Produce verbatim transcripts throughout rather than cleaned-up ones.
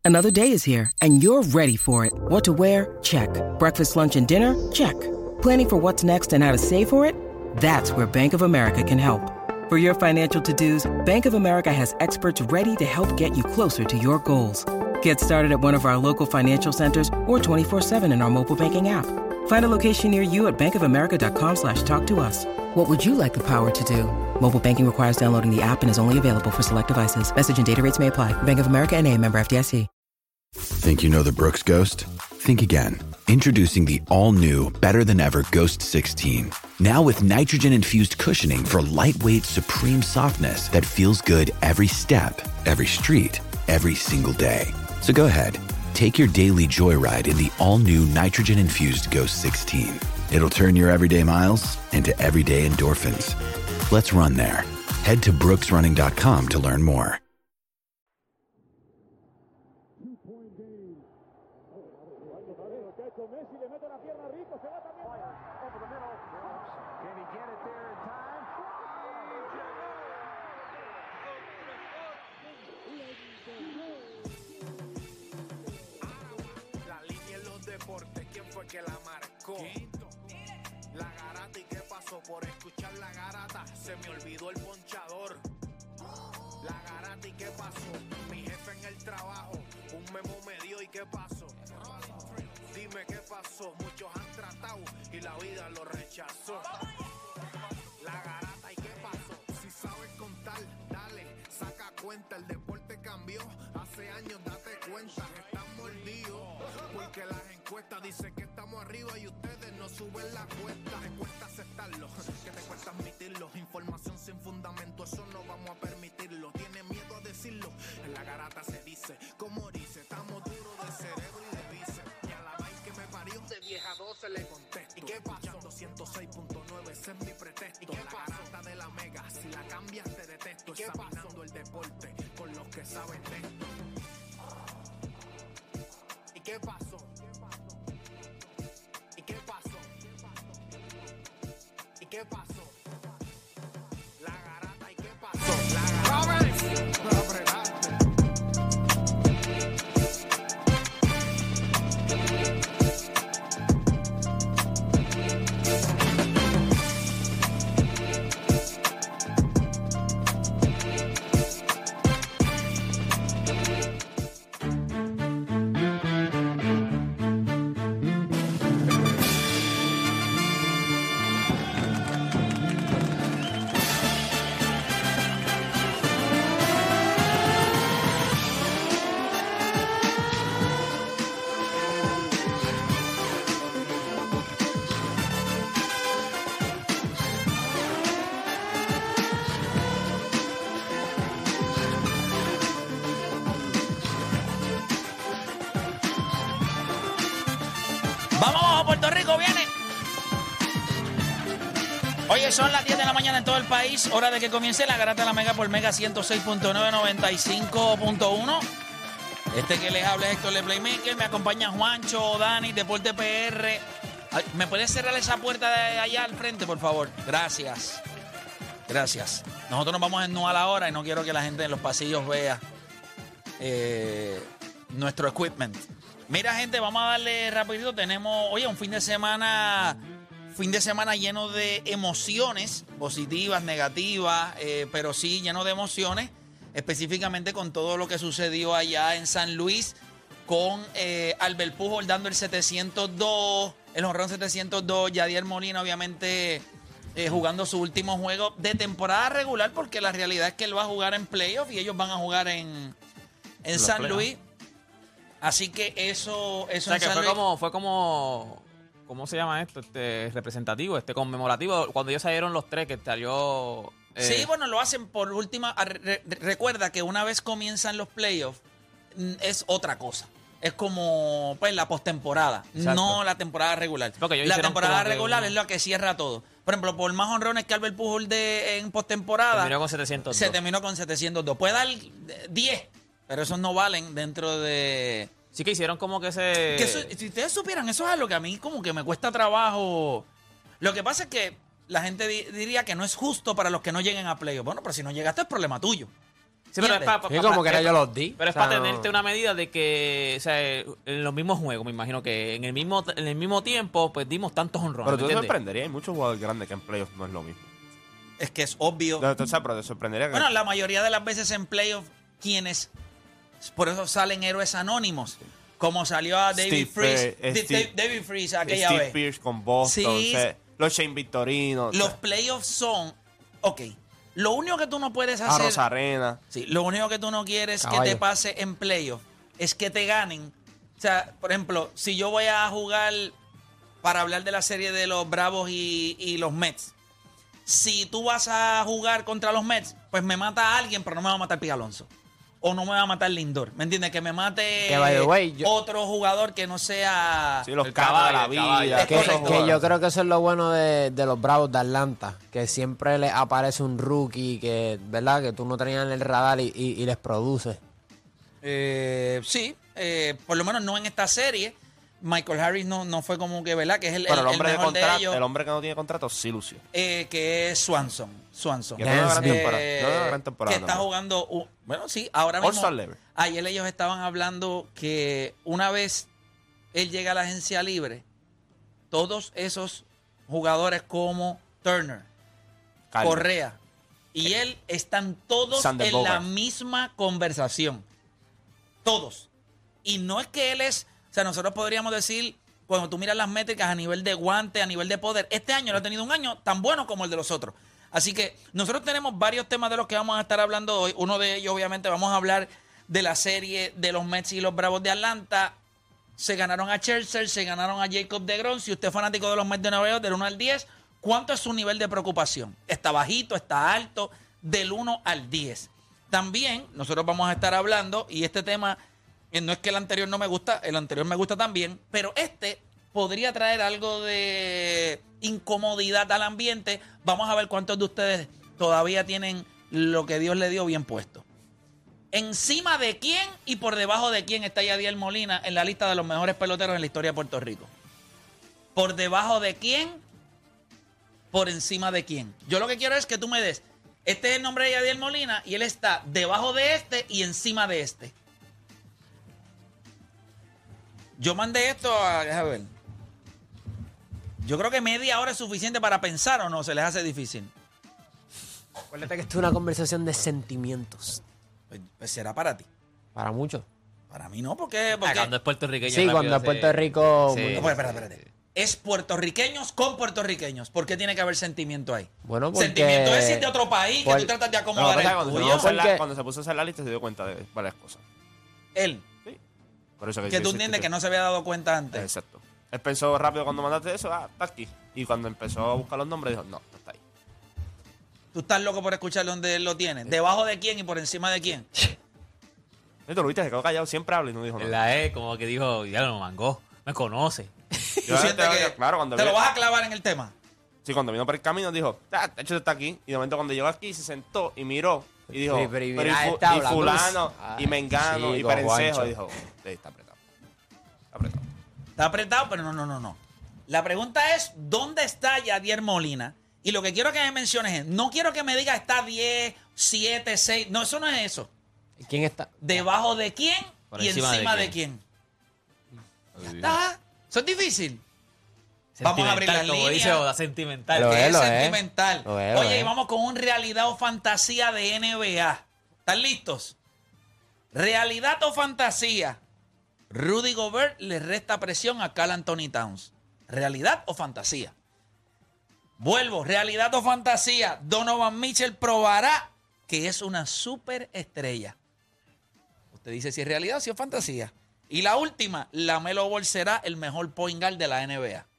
Another day is here, and you're ready for it. What to wear? Check. Breakfast, lunch, and dinner? Check. Planning for what's next and how to save for it? That's where Bank of America can help. For your financial to-dos, Bank of America has experts ready to help get you closer to your goals. Get started at one of our local financial centers or twenty-four seven in our mobile banking app. Find a location near you at bankofamerica.com slash talk to us. What would you like the power to do? Mobile banking requires downloading the app and is only available for select devices. Message and data rates may apply. Bank of America N A, member F D I C. Think you know the Brooks Ghost? Think again. Introducing the all-new, better-than-ever Ghost sixteen. Now with nitrogen-infused cushioning for lightweight, supreme softness that feels good every step, every street, every single day. So go ahead, take your daily joyride in the all-new nitrogen-infused Ghost sixteen. It'll turn your everyday miles into everyday endorphins. Let's run there. Head to brooks running dot com to learn more. ¿Quién fue que la marcó? La garata, ¿y qué pasó? Por escuchar la garata se me olvidó el ponchador. La garata, ¿y qué pasó? Mi jefe en el trabajo un memo me dio, ¿y qué pasó? Dime qué pasó. Muchos han tratado y la vida lo rechazó. La garata, ¿y qué pasó? Si sabes contar, dale, saca cuenta. El deporte cambió hace años, date cuenta. Están mordidos porque las encuestas dicen que estamos arriba y ustedes no suben la cuesta. Te cuesta aceptarlo, que te cuesta admitirlo. Información sin fundamento, eso no vamos a permitirlo. Tiene miedo a decirlo, en la garata se dice. Como dice, estamos duros de cerebro y de bíceps. Y a la vaina que me parió, de vieja doce le contesto. ¿Y qué pasó? ciento seis punto nueve, ese es mi pretexto. ¿Y qué la pasó? Garata de la mega, si la cambias te detesto. ¿Y qué examinando pasó? El deporte con los que saben de esto. ¿Y qué pasó? ¿Y qué pasó? ¿Y qué pasó? La garata, ¿y qué pasó? La garata. Vamos abajo, Puerto Rico, viene. Oye, son las diez de la mañana en todo el país. Hora de que comience la garata de la Mega por Mega ciento seis punto nueve, noventa y cinco punto uno. Este que les habla es Héctor de Playmaker. Me acompaña Juancho, Dani, Deporte P R. Ay, ¿me puedes cerrar esa puerta de allá al frente, por favor? Gracias. Gracias. Nosotros nos vamos a ennuar ahora y no quiero que la gente en los pasillos vea eh, nuestro equipment. Mira, gente, vamos a darle rapidito. Tenemos, oye, un fin de semana, fin de semana lleno de emociones, positivas, negativas, eh, pero sí lleno de emociones, específicamente con todo lo que sucedió allá en San Luis, con eh, Albert Pujols dando el setecientos dos, el jonrón setecientos dos, Yadier Molina, obviamente, eh, jugando su último juego de temporada regular, porque la realidad es que él va a jugar en playoff y ellos van a jugar en, en San play, Luis. ¿no? Así que eso, eso o sea, que fue Luis... como, fue como, ¿cómo se llama esto? Este representativo, este conmemorativo. Cuando ellos salieron los tres, que salió. Eh... Sí, bueno, lo hacen por última. Re, recuerda que una vez comienzan los playoffs, es otra cosa. Es como, pues, la postemporada, no la temporada regular. La temporada regular que... es la que cierra todo. Por ejemplo, por más honrones que Albert Pujols de en postemporada, terminó con setecientos dos. Se terminó con setecientos dos. Puede dar diez, pero esos no valen dentro de... Sí que hicieron como que ese... Que eso, si ustedes supieran, eso es algo que a mí como que me cuesta trabajo. Lo que pasa es que la gente di- diría que no es justo para los que no lleguen a playoff. Bueno, pero si no llegaste es problema tuyo. Sí, pero es ¿Entiendes? pa- pa- Sí, pa- como que pa- era yo los di. Pero es O sea, para no- tenerte una medida de que, o sea, en los mismos juegos, me imagino que en el mismo en el mismo tiempo, pues dimos tantos honrones. Pero tú te ¿entiendes? sorprendería. Hay muchos jugadores grandes que en playoffs no es lo mismo. Es que es obvio. No, entonces, pero te sorprendería que... Bueno, la mayoría de las veces en playoff, quienes, por eso salen héroes anónimos, como salió a David Steve Freeze, Pe- Di- Steve- David Freeze aquella Steve vez. Pierce con Boston, Sí. o sea, los Shane Victorino, Los playoffs son, ok, lo único que tú no puedes a hacer, Rosarena. sí, lo único que tú no quieres que Caballo. te pase en playoff es que te ganen. O sea, por ejemplo, si yo voy a jugar para hablar de la serie de los Bravos y, y los Mets, si tú vas a jugar contra los Mets, pues me mata a alguien, pero no me va a matar Pete Alonso. O no me va a matar Lindor. ¿Me entiendes? Que me mate Que, by the way, yo- otro jugador que no sea... Sí, los El caballos de la caballo, el caballo. vida. Es Que, todos esos correcto. que yo jugadores. creo que eso es lo bueno de, de los Bravos de Atlanta, que siempre les aparece un rookie que, ¿verdad? Que tú no tenías en el radar y, y- y les produce. Eh, sí, eh, por lo menos no en esta serie. Michael Harris no, no fue como que, ¿verdad? Que es el, Pero el el- el hombre, de mejor de, contrato, ellos, el hombre que no tiene contrato sí lució. eh, que es Swanson. Swanson. Que tiene una gran Yes, temporada. Eh, tiene una gran temporada que está también. jugando, u- bueno, sí, ahora mismo. All-Star level. Ayer ellos estaban hablando que una vez él llega a la agencia libre, todos esos jugadores como Turner, Carlos. Correa y él están todos Sander en Bogart. la misma conversación. Todos. Y no es que él es, o sea, nosotros podríamos decir, cuando tú miras las métricas a nivel de guante, a nivel de poder, este año no ha tenido un año tan bueno como el de los otros. Así que nosotros tenemos varios temas de los que vamos a estar hablando hoy. Uno de ellos, obviamente, vamos a hablar de la serie de los Mets y los Bravos de Atlanta. Se ganaron a Scherzer, se ganaron a Jacob deGrom. Si usted es fanático de los Mets de Nueva York, del uno al diez, ¿cuánto es su nivel de preocupación? ¿Está bajito? ¿Está alto? Del uno al diez. También nosotros vamos a estar hablando, y este tema, eh, no es que el anterior no me gusta, el anterior me gusta también, pero este podría traer algo de incomodidad al ambiente. Vamos a ver cuántos de ustedes todavía tienen lo que Dios le dio bien puesto. ¿Encima de quién y por debajo de quién está Yadiel Molina en la lista de los mejores peloteros en la historia de Puerto Rico? ¿Por debajo de quién? ¿Por encima de quién? Yo lo que quiero es que tú me des, este es el nombre de Yadiel Molina y él está debajo de este y encima de este. Yo mandé esto a... Déjame ver. Yo creo que media hora es suficiente para pensar, ¿o no? Se les hace difícil. Acuérdate que esto es una conversación de sentimientos. Pues, pues será para ti. Para muchos. Para mí no, porque... Ah, porque cuando es puertorriqueño. Sí, rápido cuando es se- Puerto Rico. Sí. muy- No, pues, espérate, espérate. Es puertorriqueños con puertorriqueños. ¿Por qué tiene que haber sentimiento ahí? Bueno, porque- Sentimiento es si es de otro país, que por- tú tratas de No, acomodar pero el cuando, se tuyo. puso a hacer la, Porque- cuando se puso a hacer la lista se dio cuenta de varias cosas. Él, Por eso que, que yo tú insisto entiendes que no se había dado cuenta antes. Exacto. Él pensó rápido cuando mandaste eso, ah, está aquí. Y cuando empezó a buscar los nombres dijo, no, no está ahí. Tú estás loco por escuchar dónde él lo tiene. ¿Debajo de quién y por encima de quién? Y tú lo viste, se quedó callado, siempre habla y no dijo nada. La E, como que dijo, ya lo mangó, me conoce. Yo ¿Tú sientes te- que claro, cuando te lo vi- vas a clavar en el tema? Sí, cuando vino por el camino dijo, ah, de hecho está aquí. Y de momento cuando llegó aquí se sentó y miró y dijo, Sí, pero y pero y, mira, fu- está y hablando. fulano, Ay, y Mengano, y chico, Perencejo. Juancho. Y dijo, sí, está apretado. Está apretado. Está apretado, pero no, no, no, no. La pregunta es, ¿dónde está Yadier Molina? Y lo que quiero que me menciones es, no quiero que me diga está diez, siete, seis. No, eso no es eso. ¿Quién está? ¿Debajo de quién Por y encima encima, de de quién? Ya está. Eso es difícil. Vamos a abrir Sentimental, la como línea. dice Oda, sentimental. Lo Que es, lo es. sentimental. Lo es, lo Oye, y es. vamos con un realidad o fantasía de N B A. ¿Están listos? Realidad o fantasía. Rudy Gobert le resta presión a Karl Anthony Towns. ¿Realidad o fantasía? Vuelvo, realidad o fantasía. Donovan Mitchell probará que es una superestrella. Usted dice si es realidad o si es fantasía. Y la última, LaMelo Ball será el mejor point guard de la N B A.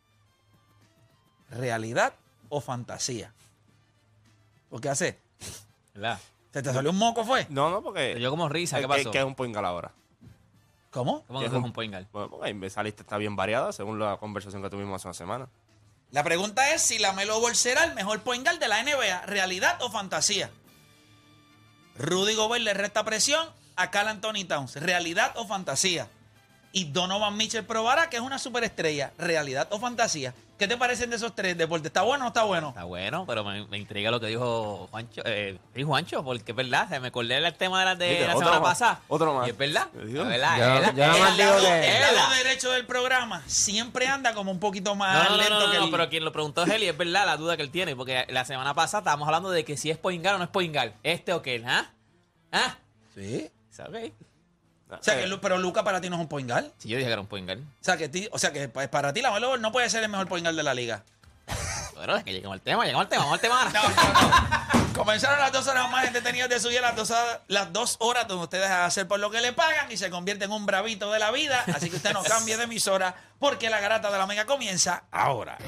¿Realidad o fantasía? ¿Por qué hace? ¿Verdad? ¿Se te salió un moco, fue? No, no, porque... Te dio como risa, ¿qué que- pasó? Que es un point guard ahora. ¿Cómo? ¿Cómo que que es es un- un point guard? Bueno, porque ahí esa lista está bien variada según la conversación que tuvimos hace una semana. La pregunta es si LaMelo Ball será el mejor point guard de la N B A. ¿Realidad o fantasía? Rudy Gobert le resta presión a Karl Anthony Towns. ¿Realidad o fantasía? y Donovan Mitchell probará que es una superestrella. ¿Realidad o fantasía? ¿Qué te parecen de esos tres deportes? ¿Está bueno o no está bueno? Está bueno, pero me, me intriga lo que dijo Juancho. Eh, sí, Juancho, porque es verdad, se me acordé del tema de la, de Mira, la otro semana más, pasada. otro más. Y es verdad. ¿Te Es digo? verdad, Yo- es verdad. yo nada Es más la- digo El que- lado, el es lado la- derecho del programa siempre anda como un poquito más No, no, no, lento no, no, que no, el... pero quien lo preguntó es él y es verdad la duda que él tiene, porque la semana pasada estábamos hablando de que si es Poingal o no es Poingal, este o aquel, ¿ah? ¿Ah? Sí. ¿Sabes? O sea, que, Lu- pero Luca para ti no es un point guard. Si yo dije que era un Poingal. O sea, que, ti- o sea, que pa- para ti la Melo Ball no puede ser el mejor point guard de la liga. Bueno, es que llegamos al tema, llegamos al tema, vamos al tema. No, no, no. Comenzaron las dos horas más entretenidas de su día, las dos, horas, las dos horas donde ustedes dejan de hacer por lo que le pagan y se convierte en un bravito de la vida. Así que usted no cambie de emisora porque la garata de la Mega comienza ahora.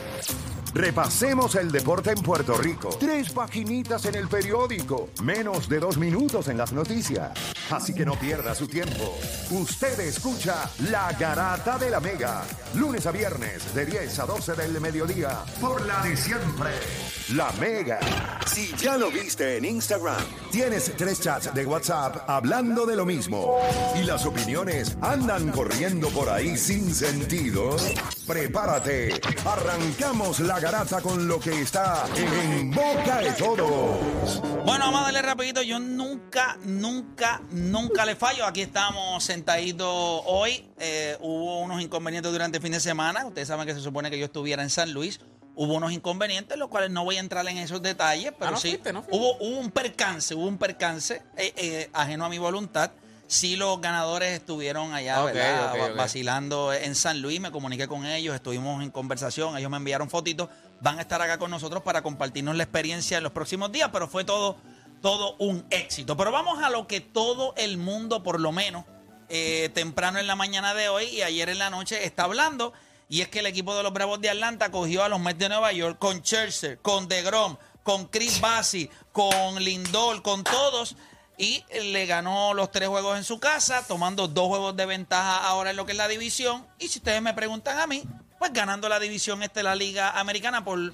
Repasemos el deporte en Puerto Rico. Tres paginitas en el periódico. Menos de dos minutos en las noticias. Así que no pierda su tiempo. Usted escucha La Garata de la Mega. Lunes a viernes de diez a doce del mediodía. Por la de siempre. La Mega. Si ya lo viste en Instagram, tienes tres chats de WhatsApp hablando de lo mismo. Y las opiniones andan corriendo por ahí sin sentido. Prepárate. Arrancamos la garata con lo que está en boca de todos. Bueno, vamos a darle rapidito. Yo nunca, nunca, nunca le fallo. Aquí estamos sentaditos hoy. Eh, hubo unos inconvenientes durante el fin de semana. Ustedes saben que se supone que yo estuviera en San Luis. Hubo unos inconvenientes, los cuales no voy a entrar en esos detalles, pero Ah, no sí fuiste, no fuiste. hubo, hubo un percance, hubo un percance eh, eh, ajeno a mi voluntad. Sí, los ganadores estuvieron allá, Ok, ¿verdad? ok, Va- ok. vacilando en San Luis. Me comuniqué con ellos, estuvimos en conversación. Ellos me enviaron fotitos. Van a estar acá con nosotros para compartirnos la experiencia en los próximos días, pero fue todo, todo un éxito. Pero vamos a lo que todo el mundo, por lo menos, eh, temprano en la mañana de hoy y ayer en la noche, está hablando. Y es que el equipo de los Bravos de Atlanta cogió a los Mets de Nueva York con Scherzer, con DeGrom, con Chris Bassey, con Lindor, con todos. Y le ganó los tres juegos en su casa, tomando dos juegos de ventaja ahora en lo que es la división. Y si ustedes me preguntan a mí, pues ganando la división esta de la Liga Americana por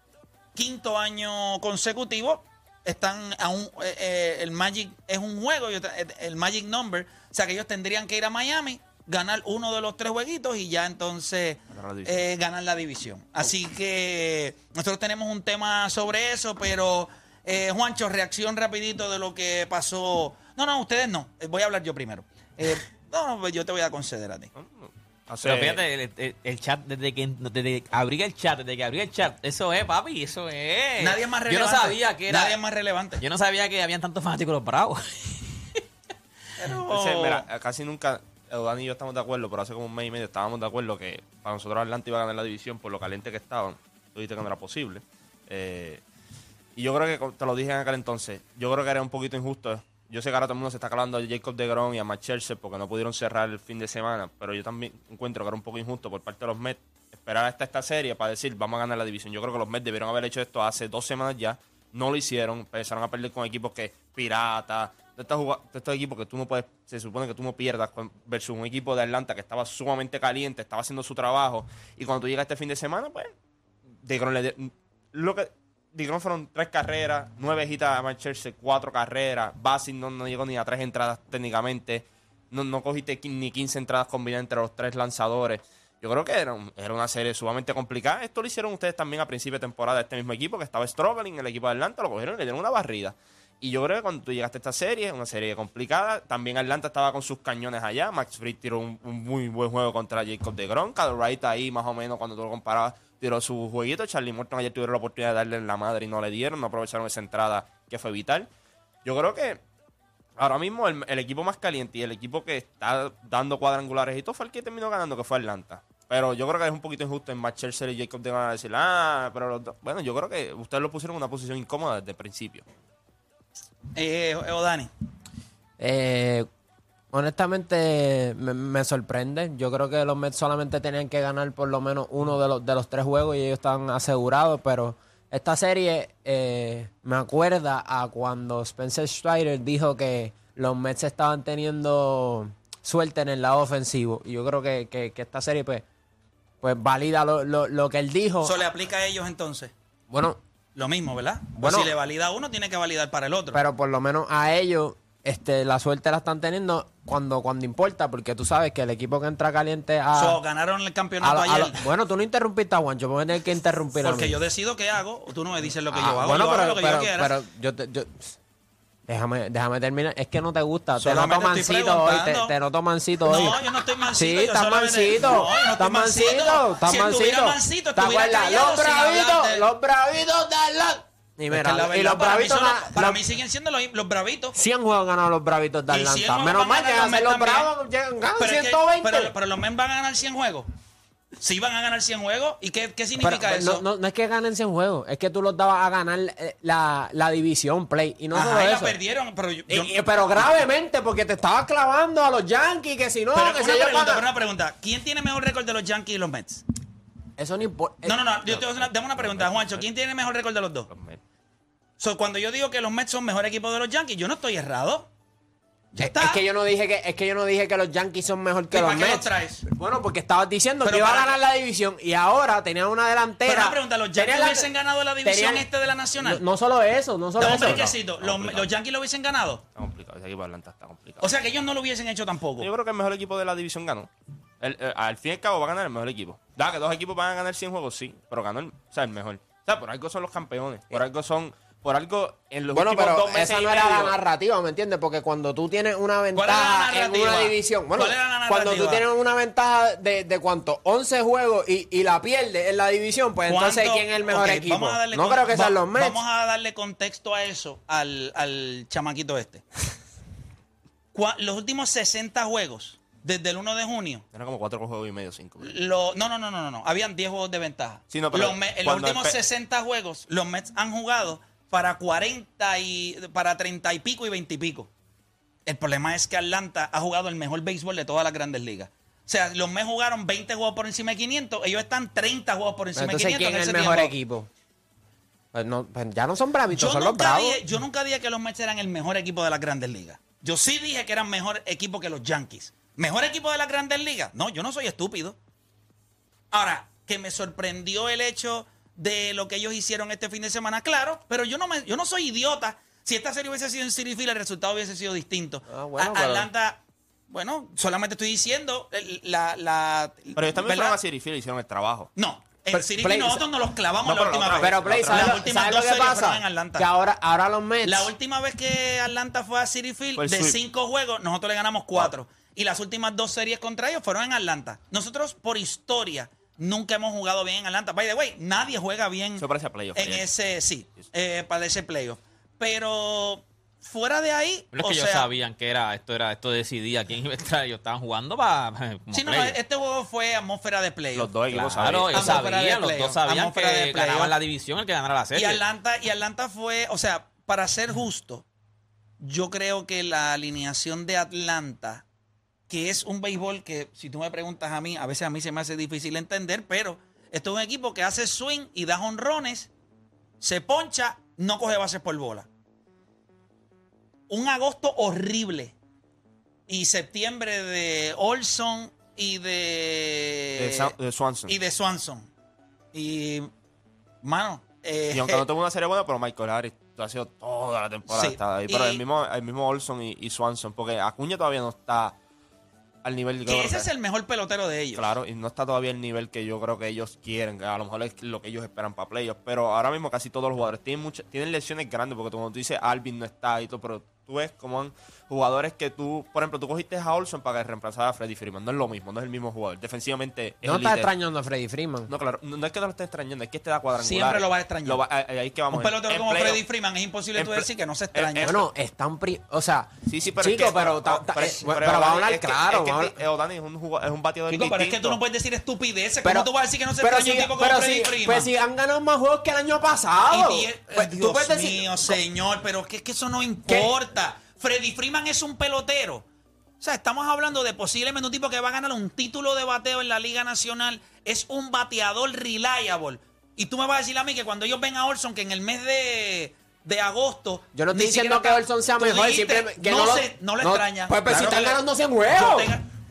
quinto año consecutivo. Están a un, eh, eh, el Magic es un juego, y otra- el Magic Number. O sea que ellos tendrían que ir a Miami, ganar uno de los tres jueguitos y ya entonces Ganar la división. eh, ganar la división. Así que nosotros tenemos un tema sobre eso, pero eh, Juancho, reacción rapidito de lo que pasó. No, no, ustedes no. Eh, Voy a hablar yo primero. Eh, no, no, pues yo te voy a conceder a ti. Hace- Pero fíjate, el, el- el chat, desde que, desde que abrí el chat, desde que abrí el chat, eso es, papi, eso es. Nadie es más Yo relevante. no sabía que era. Nadie es más relevante. Yo no sabía que habían tantos fanáticos de los Bravos. Pero- Entonces, mira, casi nunca, Eudán y yo estamos de acuerdo, pero hace como un mes y medio estábamos de acuerdo que para nosotros Atlanta iba a ganar la división por lo caliente que estaban. Tú dijiste que no era posible. Eh, y yo creo que, como te lo dije en aquel entonces, yo creo que era un poquito injusto. Yo sé que ahora todo el mundo se está calando a Jacob DeGrom y a Matt Scherzer porque no pudieron cerrar el fin de semana, pero yo también encuentro que era un poco injusto por parte de los Mets esperar hasta esta serie para decir vamos a ganar la división. Yo creo que los Mets debieron haber hecho esto hace dos semanas ya, no lo hicieron, empezaron a perder con equipos que Pirata, de estos, juga- de estos equipos que tú no puedes, se supone que tú no pierdas con- versus un equipo de Atlanta que estaba sumamente caliente, estaba haciendo su trabajo, y cuando tú llegas este fin de semana, pues, DeGrom le de- lo que DeGrom fueron tres carreras, nueve hitas a Manchester, cuatro carreras, Bassey no, no llegó ni a tres entradas técnicamente, no, no cogiste qui- ni quince entradas combinadas entre los tres lanzadores. Yo creo que era, un- era una serie sumamente complicada. Esto lo hicieron ustedes también a principio de temporada, este mismo equipo que estaba struggling, el equipo de Atlanta, lo cogieron y le dieron una barrida. Y yo creo que cuando tú llegaste a esta serie, una serie complicada, también Atlanta estaba con sus cañones allá. Max Fried tiró un, un muy buen juego contra Jacob DeGrom. Cal Wright ahí, más o menos, cuando tú lo comparabas, tiró su jueguito. Charlie Morton ayer tuvieron la oportunidad de darle en la madre y no le dieron, no aprovecharon esa entrada que fue vital. Yo creo que ahora mismo el, el equipo más caliente y el equipo que está dando cuadrangulares y todo fue el que terminó ganando, que fue Atlanta. Pero yo creo que es un poquito injusto en Matt Scherzer y Jacob DeGrom a decir, ah, pero los dos- bueno, yo creo que ustedes lo pusieron en una posición incómoda desde el principio. Eh, Odani. Eh, honestamente, me, me sorprende. Yo creo que los Mets solamente tenían que ganar por lo menos uno de los, de los tres juegos y ellos estaban asegurados, pero esta serie eh, me acuerda a cuando Spencer Strider dijo que los Mets estaban teniendo suerte en el lado ofensivo. Y yo creo que, que, que esta serie pues, pues valida lo, lo, lo que él dijo. Eso le aplica a ellos entonces. Bueno, Lo mismo, ¿verdad? Bueno. Pues si le valida a uno, tiene que validar para el otro. pero por lo menos a ellos este, la suerte la están teniendo cuando, cuando importa, porque tú sabes que el equipo que entra caliente a... So, ganaron el campeonato a- a- ayer. bueno, tú no interrumpiste a Juancho, porque tienes que interrumpir a Porque mí. yo decido qué hago, tú no me dices lo que Ah, yo hago. bueno, yo pero, hago lo que pero, yo quiera. pero yo te... Yo, déjame, déjame terminar. Es que no te gusta. Te Solamente noto estoy mansito hoy. Te, preguntando. te noto mansito hoy. No, yo no estoy mansito. Sí, yo estás solamente- mansito. No, yo no estoy Estás mansito. Estás Si estuviera mansito. mansito, ¿Te estuviera acuerdas? callado Los sin bravitos, hablarte. los bravitos de Atlanta. Y Es que mira, la verdad, y los para mí, bravitos... son los- na- para los- mí siguen siendo los, los bravitos. cien juegos ganaron los bravitos de Y cien Atlanta. juegos Menos van a mal que ganar los hacen Mets los también. bravos. llegan- Ganan Pero, es que- ciento veinte. pero, pero los men van a ganar cien juegos. Sí van a ganar cien juegos. ¿Y qué, qué significa Pero, eso? No, no, no es que ganen cien juegos, es que tú los dabas a ganar eh, la, la división play. Y no Ajá, solo y la eso. perdieron. Pero, yo, Y- yo- y- pero gravemente, porque te estabas clavando a los Yankees, que si no, pero que una si ellos pregunta, ganan- pero una pregunta. ¿Quién tiene mejor récord de los Yankees y los Mets? Eso no importa. No, no, no. Yo te voy a hacer una, dame una pregunta, Juancho. ¿Quién tiene mejor récord de los dos? Los Mets. So, cuando yo digo que los Mets son mejor equipo de los Yankees, yo no estoy errado. Ya Es, está. es que yo no dije que es que yo no dije que los Yankees son mejor que ¿Y los para qué los Mets. traes? Bueno, porque estabas diciendo Pero que iba a para ganar la división y ahora tenían una delantera. Pero una pregunta, ¿los Tenían Yankees la- hubiesen ganado la división tenían- este de la Nacional? No, no solo eso, no solo Dame un eso. brequecito. ¿Los, los Yankees lo hubiesen ganado? Está complicado. Ese equipo de Atlanta está complicado. O sea que ellos no lo hubiesen hecho tampoco. Yo creo que el mejor equipo de la división ganó. El- el- al fin y al cabo va a ganar el mejor equipo. Da, que dos equipos van a ganar cien juegos, sí. Pero ganó el, o sea, el mejor. O sea, por algo son los campeones. Por algo son... Por algo en los Bueno, últimos pero dos meses esa y no era medio- la narrativa, ¿me entiendes? Porque cuando tú tienes una ¿Cuál era la ventaja en narrativa? una división, bueno, ¿Cuál era la cuando tú narrativa? tienes una ventaja de, de cuánto, once juegos y, y la pierdes en la división, pues entonces ¿Cuánto? ¿quién es el mejor Ok, equipo? vamos a darle No con- creo que va- sean los Mets. Vamos a darle contexto a eso al, al chamaquito este. Cua- Los últimos sesenta juegos, desde el uno de junio, Era como cuatro juegos y medio, cinco. lo, no, no, no, no, no, no. Habían diez juegos de ventaja. Sí, no, pero los, Me- en los cuando últimos empe- sesenta juegos, los Mets han jugado para cuarenta y para treinta y pico y veinte y pico. El problema es que Atlanta ha jugado el mejor béisbol de todas las grandes ligas. O sea, los Mets jugaron veinte juegos por encima de quinientos, ellos están treinta juegos por encima de Entonces, quinientos ¿quién en es el ese mejor tiempo. equipo? Pues no, pues ya no son bravitos, Yo son los nunca, bravos. dije, yo nunca dije que los Mets eran el mejor equipo de las grandes ligas. Yo sí dije que eran mejor equipo que los Yankees. ¿Mejor equipo de las grandes ligas? No, yo no soy estúpido. Ahora, que me sorprendió el hecho de lo que ellos hicieron este fin de semana, claro, pero yo no, me, yo no soy idiota. Si esta serie hubiese sido en Citi Field, el resultado hubiese sido distinto. Ah, bueno, A- pero- Atlanta, bueno, solamente estoy diciendo el- la... la Pero ellos también ¿verdad? fueron a City Field y hicieron el trabajo. No, en Pero, Citi Play- Field nosotros nos los clavamos No, la pero última la vez. otra Pero Play, Las ¿sabes, lo- últimas ¿sabes dos lo que series pasa? fueron en Atlanta. Que ahora, ahora los Mets... La última vez que Atlanta fue a Citi Field, Fue el de sweep. cinco juegos, nosotros le ganamos cuatro. Y las últimas dos series contra ellos fueron en Atlanta. Nosotros, por historia, nunca hemos jugado bien en Atlanta. By the way, nadie juega bien Eso parece a playoff. en ayer. ese, sí, eh, para ese playoff. Pero fuera de ahí, Pero es o que ellos sea, sabían que era esto era esto decidía quién iba a entrar. Ellos estaban jugando para. sí, no, este juego fue atmósfera de playoff. Los dos equipos Claro, sabían. ellos Atmósfera de sabían, los playoff, dos sabían atmósfera de que playoff. ganaban la división, el que ganara la Y serie. Atlanta, y Atlanta fue, o sea, para ser justo, yo creo que la alineación de Atlanta, que es un béisbol que, si tú me preguntas a mí, a veces a mí se me hace difícil entender, pero esto es un equipo que hace swing y da jonrones, se poncha, no coge bases por bola. Un agosto horrible. Y septiembre de Olson y de... De, Sa- de Swanson. y de Swanson. Y, mano... eh, Y aunque no tuvo una serie buena, pero Michael Harris ha sido toda la temporada. Sí, Está ahí. Pero y- el mismo, el mismo Olson y, y Swanson, porque Acuña todavía no está al nivel que que yo ese creo es que- el mejor pelotero de ellos. Claro, y no está todavía el nivel que yo creo que ellos quieren, que a lo mejor es lo que ellos esperan para playoffs. Pero ahora mismo casi todos los jugadores tienen muchas, tienen lesiones grandes, porque como tú dices, Alvin no está y todo, pero tú ves como han jugadores que tú, por ejemplo, tú cogiste a Olson para que reemplazara a Freddie Freeman. No es lo mismo, no es el mismo jugador. Defensivamente es No elite. estás extrañando a Freddy Freeman. No, claro, no, no es que no lo estés extrañando, es que este da cuadrangular. Siempre lo vas a extrañar. Lo va- ahí ahí es que vamos. Un pelotero En como playoff- Freddie Freeman es imposible en tú play- decir que no se en- extraña. en- Bueno, están pri... O sea, Sí, sí, pero es chico, que- pero, ta- oh, ta- pero- eh, pero pero vamos a hablar es que- claro. es que vamos a hablar- eh, Otani es un, jugador- es un bateador Chico, pero es que tú distinto. no puedes decir estupideces. Pero- ¿Cómo tú vas a decir que no se pero extraña si- un tipo como pero Freddie si- Freeman? Pues si han ganado más juegos que el año pasado. Y die- Pues, Dios tú puedes decir- mío, señor, pero que es que eso no importa. Freddie Freeman es un pelotero. O sea, estamos hablando de posiblemente un tipo que va a ganar un título de bateo en la Liga Nacional. Es un bateador reliable. Y tú me vas a decir a mí que cuando ellos ven a Olson, que en el mes de, de agosto... Yo no estoy ni diciendo siquiera que está- Olson sea tú mejor, dijiste, simplemente que no, no, lo- se, no lo no- extraña. Pues, pues si Claro están que le- ganando cien Yo juegos. tenga-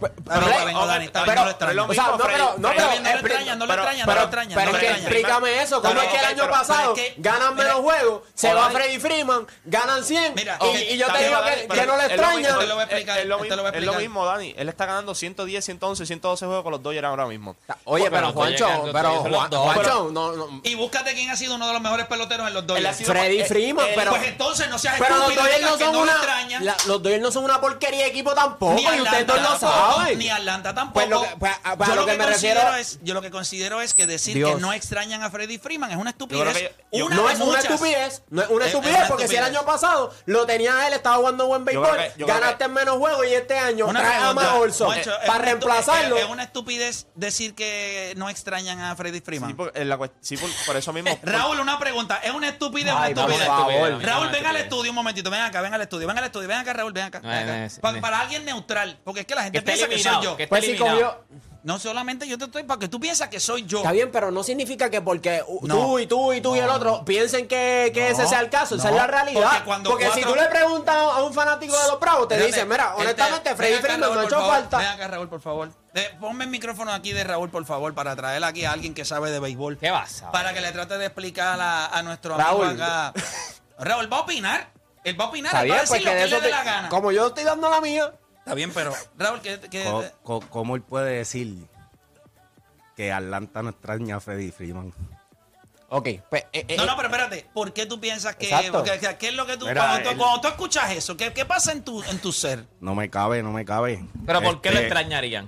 Pero, Pero, pero, vengo, Dani, está bien, pero- no lo extraño. o sea, no, pero, no, Está pero, bien, no lo expli- extraña, no lo pero- extraña, no pero, lo extraña. pero no es lo que extraña. explícame eso. ¿Cómo Pero, es que el ok, año pero- pasado pero es que- ganan mira, menos juegos, se o va Dani- Freddy Freeman, ganan cien Mira, y, ok, y yo está te bien, digo Dani, que, pero que no le Es lo mismo, extraña. Te lo voy a explicar, es, es lo te mismo, lo voy a es lo explicar. mismo, Dani. Él está ganando ciento diez, ciento once, ciento doce juegos con los Dodgers ahora mismo. Oye, Pero pero los Juancho, Dodgers, los pero Dodgers son los Juan- dos. Juancho, no, no. Y búscate quién ha sido uno de los mejores peloteros en los Él ha Dodgers. sido- Freddy eh, Freeman, él- pero, Pues entonces no seas pero los estúpido, Dodgers digas no que son no lo una, extraña. la- los Dodgers no son una porquería de equipo tampoco, Ni y ustedes todos lo tampoco, saben. Ni Atlanta tampoco. Pues lo que- pues, a- pues a yo lo que me considero refiero- es, yo lo que considero es que decir Dios. que no extrañan a Freddy Freeman es una Yo estupidez. creo que yo- una No de es una muchas. estupidez, no es una Es- es estupidez, una porque si el estupidez. año pasado lo tenía él, estaba jugando buen béisbol, creo que- yo creo ganaste que- en menos juegos y este año Una trae a pregunta, Matt Olson Juancho, es para una estu- reemplazarlo. Es, es una estupidez decir que no extrañan a Freddy Freeman. Sí, por, en la cuest- sí, por, por eso mismo. Raúl, una pregunta. ¿Es una estupidez o una Ay, por estupidez? favor. Raúl, No, ven no, al estupidez. estudio un momentito. Ven acá, ven al estudio. Ven al estudio. Ven acá, Raúl, ven acá. No, ven acá. no, es- Pa- no. para alguien neutral. Porque es que la gente Que esté piensa que soy eliminado, yo. que esté Pues si eliminado. cogió- No solamente yo te estoy para que tú piensas que soy yo. Está bien, pero no significa que porque uh, No. tú y tú y tú y el otro piensen que, que No, ese sea el caso, esa no, es la realidad. porque cuando Porque si cuatro- tú le preguntas a un fanático de los Bravos, te Espérate, dice, mira, este, honestamente, ven Freddy acá, Freeman Raúl, no ha por hecho favor. falta. Ven acá, Raúl, por favor. Eh, ponme el micrófono aquí de Raúl, por favor, para traer aquí a alguien que sabe de béisbol. ¿Qué vas a Para que le trate de explicar a, a nuestro amigo Raúl. acá. Raúl va a opinar. Él va a opinar. Está Él va a bien, pues decir que lo de que le eso dé te- la gana. como yo estoy dando la mía. Está bien, pero Raúl, que, que Co- co- ¿Cómo él puede decir que Atlanta no extraña a Freddy Freeman? Ok, pues. eh, eh, No, no, pero espérate. ¿Por qué tú piensas que, Exacto. que- que- qué es lo que tú Mira, cuando, tú él- cuando tú escuchas eso, ¿qué, qué pasa en tu en tu ser? No me cabe, no me cabe. Pero ¿por qué lo Este, extrañarían?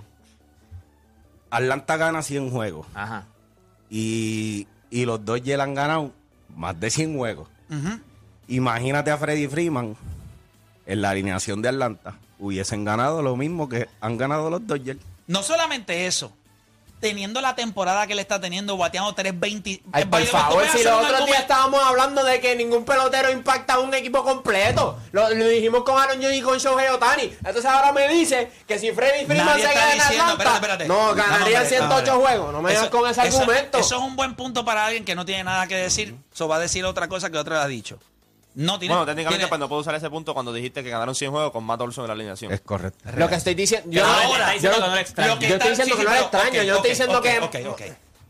Atlanta gana cien juegos Ajá. y, y los Dodgers han ganado más de cien juegos. Ujú. Imagínate a Freddy Freeman en la alineación de Atlanta. Hubiesen ganado lo mismo que han ganado los Dodgers. No solamente eso, teniendo la temporada que él está teniendo, bateando tres veinte. Ay, Eh, por by the way, tú favor, puedes si hacer los un otros días argumento- estábamos hablando de que ningún pelotero impacta a un equipo completo. Lo, lo dijimos con Aaron Judge y con Shohei Ohtani. Entonces ahora me dice que si Freddy Freeman Nadie se está queda en diciendo, Atlanta, espérate, espérate. no, ganaría hombre, ciento ocho hombre. juegos. No me digas con ese eso- argumento. Eso es un buen punto para alguien que no tiene nada que decir. Eso va a decir otra cosa que otro le ha dicho. No tiene. Bueno, técnicamente tiene- pues no puedo usar ese punto cuando dijiste que ganaron cien juegos con Matt Olson en la alineación. Es correcto. Lo que estoy diciendo. Yo, Pero no- ahora, está yo diciendo no- que no le extraña. Lo que Yo estoy está- diciendo sí, que no le pero- extraño, ok, yo estoy ok, diciendo ok, que- ok, ok.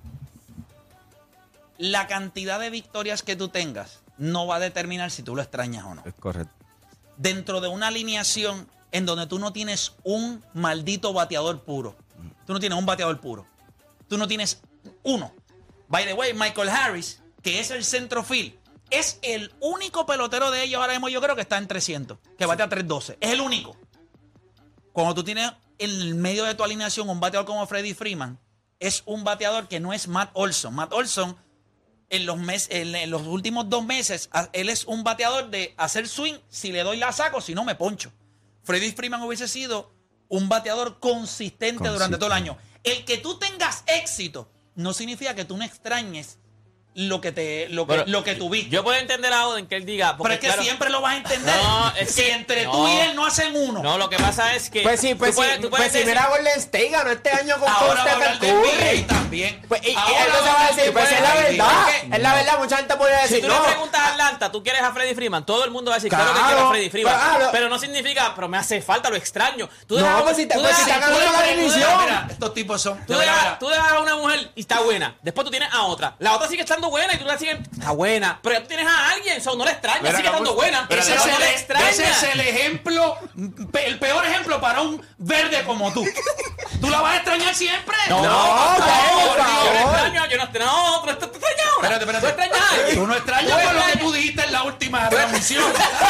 La cantidad de victorias que tú tengas no va a determinar si tú lo extrañas o no. Es correcto. Dentro de una alineación en donde tú no tienes un maldito bateador puro. Tú no tienes un bateador puro. Tú no tienes uno. By the way, Michael Harris, que es el centrofield, es el único pelotero de ellos ahora mismo, yo creo que está en trescientos, que batea tres doce. Es el único. Cuando tú tienes en el medio de tu alineación un bateador como Freddy Freeman, es un bateador que no es Matt Olson. Matt Olson, en los, mes, en, en los últimos dos meses, a- él es un bateador de hacer swing, si le doy la saco, si no me poncho. Freddy Freeman hubiese sido un bateador consistente durante todo el año. El que tú tengas éxito no significa que tú no extrañes lo que te lo que, Pero lo que tuviste. Yo puedo entender a Oden que él diga. Pero porque, es que claro, siempre lo vas a entender. No, es si que- entre no. tú y él no hacen uno. No, lo que pasa es que. Pues sí, pues tú puedes- sí, tú pues puedes si decir- mira Golden State ganó este año con Ahora va a Stephen hablar de N B Curry. A también. Pues, y, y Ahora entonces va a va a hablar decir, de pues es la N B A. verdad, Es que- es la verdad, mucha gente puede Si decir, tú no, le preguntas a Atlanta, ¿tú quieres a Freddy Freeman? Todo el mundo va a decir, claro, que Claro, quiero a Freddy Freeman. claro. Pero no significa, pero me hace falta, lo extraño. Tú No, dejas- pues si te- tú pues si dejas- te tú ganando dejas- la tú dejas- división. Mira, estos tipos son. Tú de verdad, dejas, tú dejas a una mujer y está buena. Después tú tienes a otra. La otra sigue estando buena y tú la sigues. Está buena. Pero ya tú tienes a alguien. So, no la extrañas. Mira, Sigue estando Raúl, buena. pero Ese Pero es, no el, la extrañas. ese es el ejemplo, pe- el peor ejemplo para un verde como tú. ¿Tú la vas a extrañar siempre? No, No, no, ya, no, por yo no favor. extraño, yo no extraño. No, tú, tú, tú extrañas ahora. Espérate, espérate. Tú extrañas a alguien. Tú no extrañas Tú por lo que extrañas. tú dijiste en la última transmisión.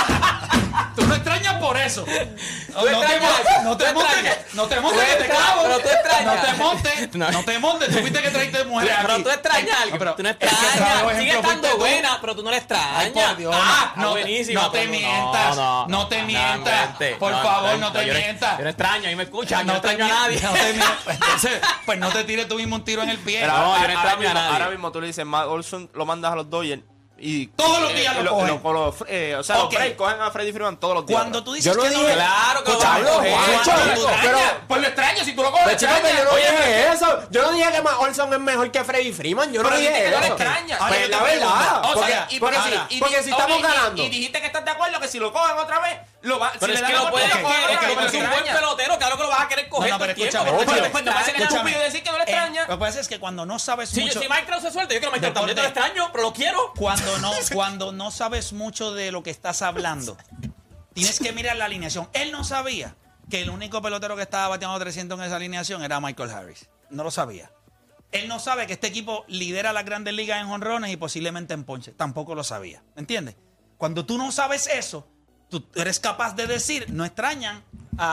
Tú no extrañas por eso. No, Tú no te extrañas. montes, no te Tú montes, extrañas. que- no te montes Tú que te extrañas, clavo. pero tú extrañas. No te montes, No. no te montes. Tú fuiste que trajiste mujeres Pero aquí. tú extrañas a alguien. pero Tú no es que trajo extrañas. Sigue ejemplo, estando fuiste tú. buena, pero tú no la extrañas. Ay, por Dios. Ah, no, buenísima. no te pero mientas. No te mientas. inventes. Por favor, no te yo mientas. Yo no extraño, ahí me escuchan. Yo no No te extraño a nadie. mientas, no te mientas. Entonces, pues no te tires tú mismo un tiro en el pie. Pero No, ahora, yo no ahora extraño a mismo, nadie. ahora mismo tú le dices, Matt Olson lo mandas a los Dodgers y Todos los días lo cogen. lo- eh, o sea, Ok. los Braves cogen a Freddy Freeman todos los días. Cuando tú dices Yo no que no dije- le- Claro que lo Pues, van a Pablo, coger. Juancho, Cuando tú pero- extrañas, pero- Pues lo extraño, si tú lo coges. Pues, chico, que yo no Oye, dije eso, no, yo no dije que Matt Olson es mejor que Freddie Freeman. Yo no Pero dijiste dije que no le eso. extrañas. Pues Ahora la yo te verdad. pregunto, o Porque, sea, y porque, para- si, y- porque y- si estamos ok, y- ganando. Y, dijiste que estás de acuerdo que si lo cogen otra vez, lo va, Pero si es le que dan lo la puedes- oportunidad, es que- lo es que cogen, es un lo buen extrañas. pelotero, claro que lo vas a querer coger No, no, todo el pero tiempo. escúchame, Pues, escúchame, pues, te parece que eres escúchame. estúpido decir que no le Eh, extrañas. Lo que pasa es que cuando no sabes Si, mucho... si Mike Trout se suelta, yo quiero Mike Trout también, te lo Deporte. extraño, pero lo quiero. Cuando no, cuando no sabes mucho de lo que estás hablando, tienes que mirar la alineación. Él no sabía que el único pelotero que estaba bateando trescientos en esa alineación era Michael Harris. No lo sabía. Él no sabe que este equipo lidera las grandes ligas en jonrones y posiblemente en ponche. Tampoco lo sabía. ¿Me entiendes? Cuando tú no sabes eso, tú eres capaz de decir, no extrañan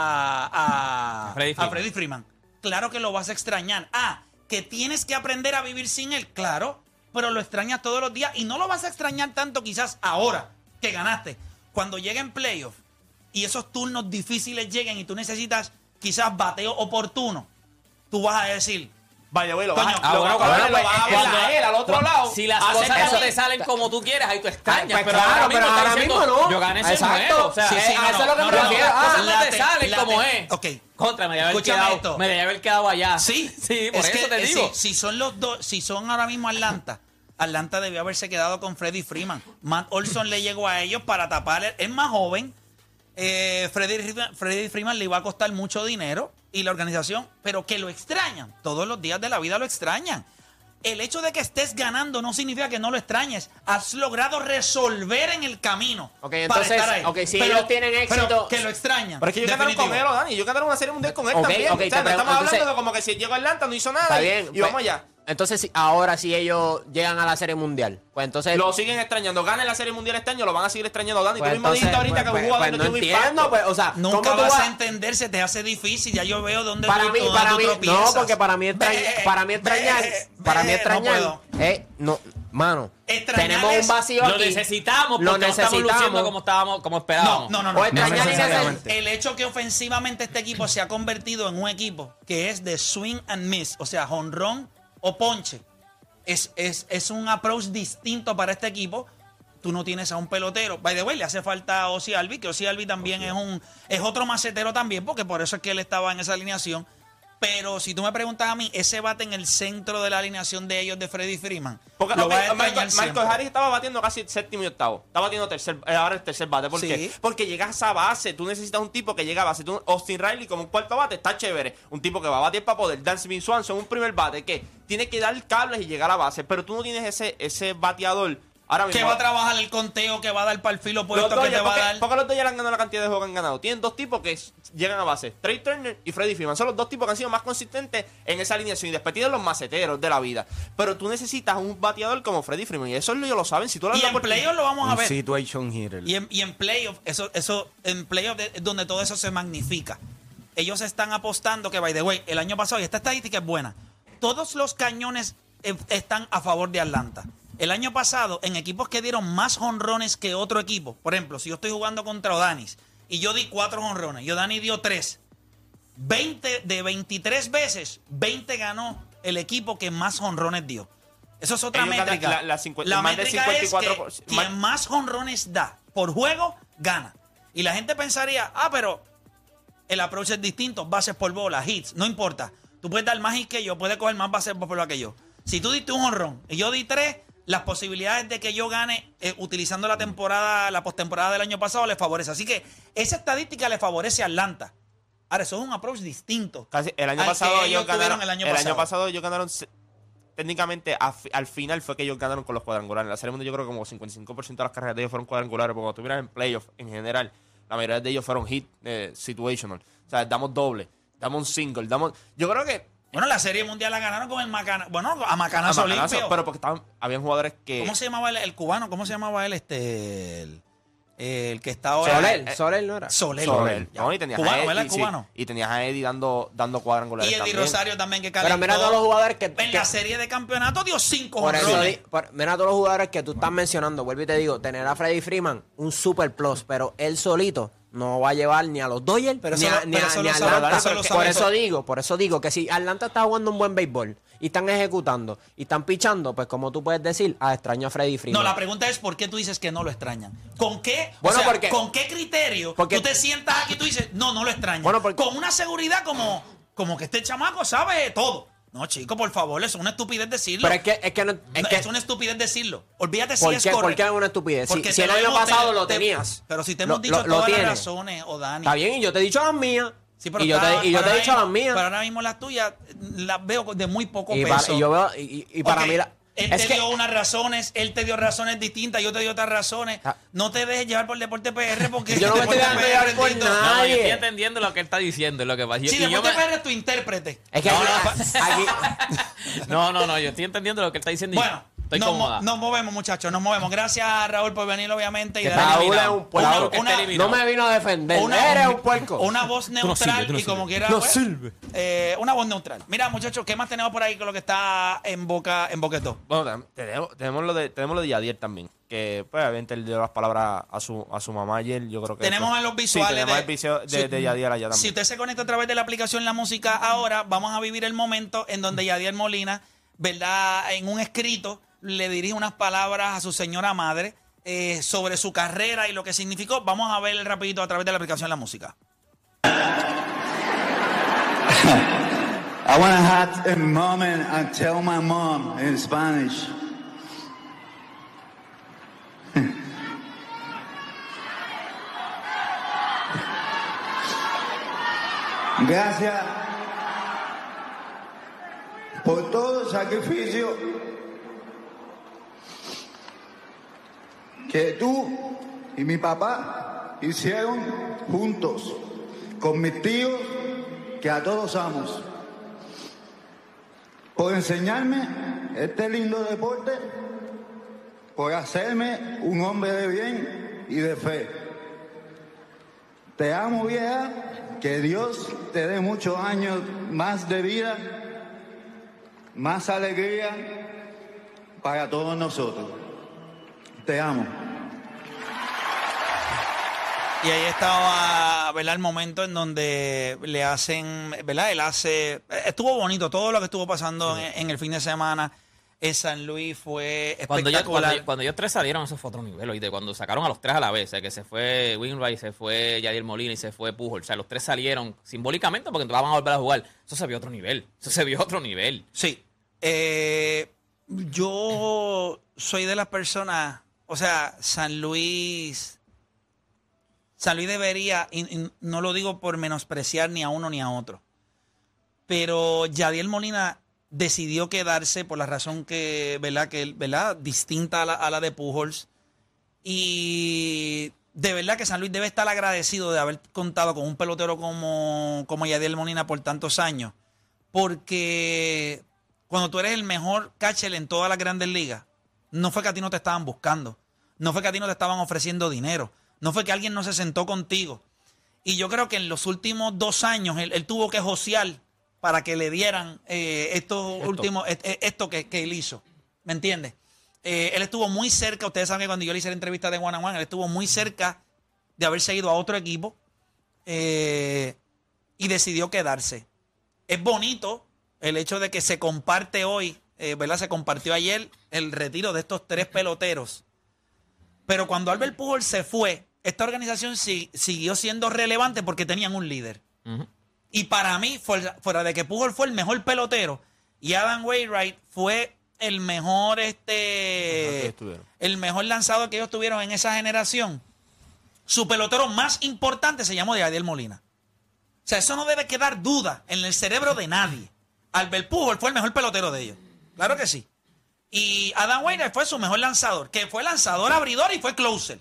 a, a, Freddie a Freeman. Freddie Freeman. Claro que lo vas a extrañar. Ah, que tienes que aprender a vivir sin él. Claro, pero lo extrañas todos los días y no lo vas a extrañar tanto quizás ahora que ganaste. Cuando lleguen playoffs y esos turnos difíciles lleguen y tú necesitas quizás bateo oportuno, tú vas a decir, Vaya, güey, lo Coño, vas a- ah, lo bueno, vas a bueno, ver, pues, lo vas a es ver cuando- a él al otro lado. Si las hacer cosas no eso. te salen como tú quieres, ahí tú extrañas. Pues pero claro, ahora pero mismo ahora estás mismo diciendo, no. yo gané ese Exacto. juego. O sea, Sí, eh, sí, a no, eso es lo que no, me no, no, refiero. no, Las cosas la no te te- salen la como te- es. ok. Contra, me debe haber Escúchame quedado, esto. me debe haber quedado allá. Sí, sí, por es eso que, te eh, digo. sí, si son los dos, si son ahora mismo Atlanta, Atlanta debió haberse quedado con Freddie Freeman. Matt Olson le llegó a ellos para tapar. Es más joven. Eh, Freddie, Freddie Freeman le iba a costar mucho dinero y la organización, pero que lo extrañan. Todos los días de la vida lo extrañan. El hecho de que estés ganando no significa que no lo extrañes. Has logrado resolver en el camino. Ok, para entonces, estar ahí. ok, si ellos tienen pero éxito- que lo extrañan. Pero es que yo ganaron con definitivo. él, Dani. Yo ganaron una serie mundial con él Ok, también. ok, o sea, te no pregunto, estamos hablando entonces- de como que si llegó a Atlanta no hizo nada Está y, bien. y vamos pues, allá. Entonces, si- ahora si ellos llegan a la Serie Mundial, pues entonces... Lo siguen extrañando. Ganen la serie mundial este año, lo van a seguir extrañando, Dani. pues, Tú mismo entonces, dijiste ahorita pues, que un pues, jugador pues, no no tiene un entiendo, impacto. pues, o sea, Nunca ¿cómo tú vas vas- a entender, se te hace difícil. Ya yo veo dónde Para tú, mí, dónde para tú mí, tropiezas. no, porque para mí extrañar, Ve, para mí extrañar, ve, para mí ve, extrañar, no puedo. eh, no, mano, Extrañar tenemos es- un vacío Lo aquí, necesitamos porque lo no estamos luciendo necesitamos. como estábamos, como No, esperábamos. no, no, no. O extrañar No y necesariamente. neces- El hecho que ofensivamente este equipo se ha convertido en un equipo que es de swing and miss, o sea, jonrón o ponche, es, es, es un approach distinto para este equipo. Tú no tienes a un pelotero. By the way, le hace falta a Ozzy Albies, que Ozzy Albies también es un es otro macetero también, porque por eso es que él estaba en esa alineación. Pero si tú me preguntas a mí, ese bate en el centro de la alineación de ellos de Freddie Freeman, Porque lo ok, va a extrañar Michael, Michael siempre. Harris estaba batiendo casi séptimo y octavo. Está batiendo tercer, eh, ahora el tercer bate. ¿Por Sí. qué? Porque llegas a base. Tú necesitas un tipo que llega a base. Tú, Austin Riley como un cuarto bate está chévere. Un tipo que va a batir para poder. Dansby Swanson, un primer bate que tiene que dar cables y llegar a base. Pero tú no tienes ese, ese bateador. Ahora mismo. Que va a trabajar el conteo, que va a dar para el filo Los puesto, que Dodgers, te va a porque, dar. porque los Dodgers han ganado la cantidad de juegos que han ganado. Tienen dos tipos que s- llegan a base. Trey Turner y Freddie Freeman. Son los dos tipos que han sido más consistentes en esa alineación. Y después tienen los maceteros de la vida. Pero tú necesitas un bateador como Freddie Freeman. Y eso ellos lo saben. Si tú le Y das la en oportunidad- playoff lo vamos a Un ver. situation hitter. Y en, y en playoff, eso, eso, en playoff es donde todo eso se magnifica. Ellos están apostando que, by the way, el año pasado, y esta estadística es buena, todos los cañones eh, están a favor de Atlanta. El año pasado, en equipos que dieron más jonrones que otro equipo, por ejemplo, si yo estoy jugando contra Odanis y yo di cuatro jonrones y Odani dio tres, veinte de veintitrés veces, veinte ganó el equipo que más jonrones dio. Eso es otra Ellos ganan métrica. la- la cincuenta- La más de métrica cincuenta y cuatro es por- que más- quien más jonrones da por juego, gana. Y la gente pensaría, ah, pero el approach es distinto, bases por bola, hits, no importa. Tú puedes dar más hits que yo, puedes coger más bases por bola que yo. Si tú diste un jonrón y yo di tres, las posibilidades de que yo gane eh, utilizando la temporada, la postemporada del año pasado, le favorece. Así que esa estadística le favorece a Atlanta. Ahora, eso es un approach distinto. Casi- el año al pasado que ellos tuvieron ganaron. el año el pasado. año pasado ellos ganaron. se- Técnicamente, a fi- al final fue que ellos ganaron con los cuadrangulares. En la serie mundial yo creo que como cincuenta y cinco por ciento de las carreras de ellos fueron cuadrangulares. Porque cuando tú miras en playoff, en general, la mayoría de ellos fueron hit eh, situational. O sea, damos doble, damos un single, damos. Yo creo que. Bueno, la Serie Mundial la ganaron con el Macana. Bueno, a Macanazo a Macanazo, limpio. pero porque estaban, habían jugadores que. ¿Cómo se llamaba el, el cubano? ¿Cómo se llamaba él? Este. El, el que está ahora. Soler, eh, Soler no era. Soler. Soler, Ya. ¿no? Y tenías Cubano, a Eddie, ¿verdad? y, sí, Cubano. y tenías a Eddie dando, dando cuadrangulares Y Eddie también. Rosario también que calentó. Pero mira todos los jugadores que... En que- la serie de campeonato dio cinco por eso, jonrones. di- por- mira todos los jugadores que tú estás mencionando. Vuelvo y te digo, tener a Freddie Freeman, un super plus, pero él solito no va a llevar ni a los Dodgers Pero ni eso a, lo- ni pero a- eso ni lo a sabe- Atlanta. eso lo Por sabe eso todo. digo, por eso digo que si Atlanta está jugando un buen béisbol y están ejecutando y están pichando, pues como tú puedes decir, ah, extraño a Freddie Freeman. No, la pregunta es ¿por qué tú dices que no lo extrañan? ¿Con qué? o Bueno, sea, porque- ¿con qué criterio porque- tú te sientas aquí y tú dices, no, no lo extraño? Bueno, porque- Con una seguridad como, como que este chamaco sabe todo. No, chico, por favor, eso es una estupidez decirlo. Pero es que, es que, no, es, No, que es una estupidez decirlo. Olvídate si ¿por es qué, correcto. ¿por qué es una estupidez? Si, Porque si te el año hemos- pasado te- lo te- tenías. Pero si te hemos lo- dicho lo- lo todas las tienes. razones, O'Dani. Está bien, y yo te he dicho las mías. Sí, pero y yo está- te, y yo pero te he ahora dicho mismo- las mías. Pero ahora mismo las tuyas las veo de muy poco Y, peso. para, y yo veo, y, y para Ok, mí la, él es te que, dio unas razones, él te dio razones distintas, yo te di otras razones. Ah. No te dejes llevar por Deporte P R porque Yo no me estoy Deporte dejando llevar por bendito. nada. No, yo Nadie. estoy entendiendo lo que él está diciendo, lo que pasa. Sí, Y yo Deporte me- P R es tu intérprete. es que No, aquí, no. aquí- No, no, no, yo estoy entendiendo lo que él está diciendo. y Bueno, estoy nos, mo- cómoda. nos movemos, muchachos, nos movemos. Gracias, Raúl, por venir, obviamente. Y que darle Raúl es eliminado. un puerco. Raúl que Una- está eliminado. No me vino a defender. Una- Eres un puerco. Una voz no neutral sirves, tú no y como sirves. quiera. No pues, sirve. eh, una voz neutral. Mira, muchachos, ¿qué más tenemos por ahí con lo que está en boca en Boquetó? Bueno, tam- tenemos, tenemos lo de tenemos lo de Yadier también, que pues obviamente él dio las palabras a su a su mamá ayer, yo creo que Tenemos eso- en los visuales Sí, tenemos de- el vicio de, si- de Yadier allá también. Si usted se conecta a través de la aplicación La Música ahora, vamos a vivir el momento en donde Yadier Molina, ¿verdad? En un escrito le dirige unas palabras a su señora madre eh, sobre su carrera y lo que significó. Vamos a ver rapidito a través de la aplicación La Música. I want to have a moment and tell my mom in Spanish. Gracias por todo el sacrificio que tú y mi papá hicieron juntos con mis tíos que a todos amo. Por enseñarme este lindo deporte, por hacerme un hombre de bien y de fe. Te amo, vieja, que Dios te dé muchos años más de vida, más alegría para todos nosotros. Te amo. Y ahí estaba, ¿verdad? El momento en donde le hacen, ¿verdad? Él hace, estuvo bonito todo lo que estuvo pasando en, en el fin de semana en San Luis fue Cuando, ellos, espectacular. cuando, cuando ellos tres salieron, eso fue otro nivel. Oíste, cuando sacaron a los tres a la vez, o sea, que se fue Wainwright, se fue Yadier Molina y se fue Pujols. O sea, los tres salieron simbólicamente porque entonces van a volver a jugar. Eso se vio otro nivel. Eso se vio otro nivel. Sí. Eh, yo soy de las personas, o sea, San Luis, San Luis debería, y, y no lo digo por menospreciar ni a uno ni a otro, pero Yadier Molina decidió quedarse por la razón que, ¿verdad? Que, ¿verdad? Distinta a la, a la de Pujols. Y de verdad que San Luis debe estar agradecido de haber contado con un pelotero como, como Yadier Molina por tantos años. Porque cuando tú eres el mejor catcher en todas las grandes ligas, no fue que a ti no te estaban buscando. No fue que a ti no te estaban ofreciendo dinero. No fue que alguien no se sentó contigo. Y yo creo que en los últimos dos años él, él tuvo que josear para que le dieran eh, estos Esto. últimos, et- et- esto que, que él hizo. ¿Me entiendes? Eh, él estuvo muy cerca, ustedes saben que cuando yo le hice la entrevista de One on One, él estuvo muy cerca de haberse ido a otro equipo eh, y decidió quedarse. Es bonito el hecho de que se comparte hoy, eh, ¿verdad? Se compartió ayer el retiro de estos tres peloteros. Pero cuando Albert Pujols se fue, esta organización si- siguió siendo relevante porque tenían un líder. Ujú. Y para mí, fuera, fuera de que Pujols fue el mejor pelotero y Adam Wainwright fue el mejor, que este, estuvieron. el mejor lanzador que ellos tuvieron en esa generación, su pelotero más importante se llamó Yadier Molina. O sea, eso no debe quedar duda en el cerebro de nadie. Albert Pujols fue el mejor pelotero de ellos. Claro que sí. Y Adam Wainwright fue su mejor lanzador, que fue lanzador abridor y fue closer.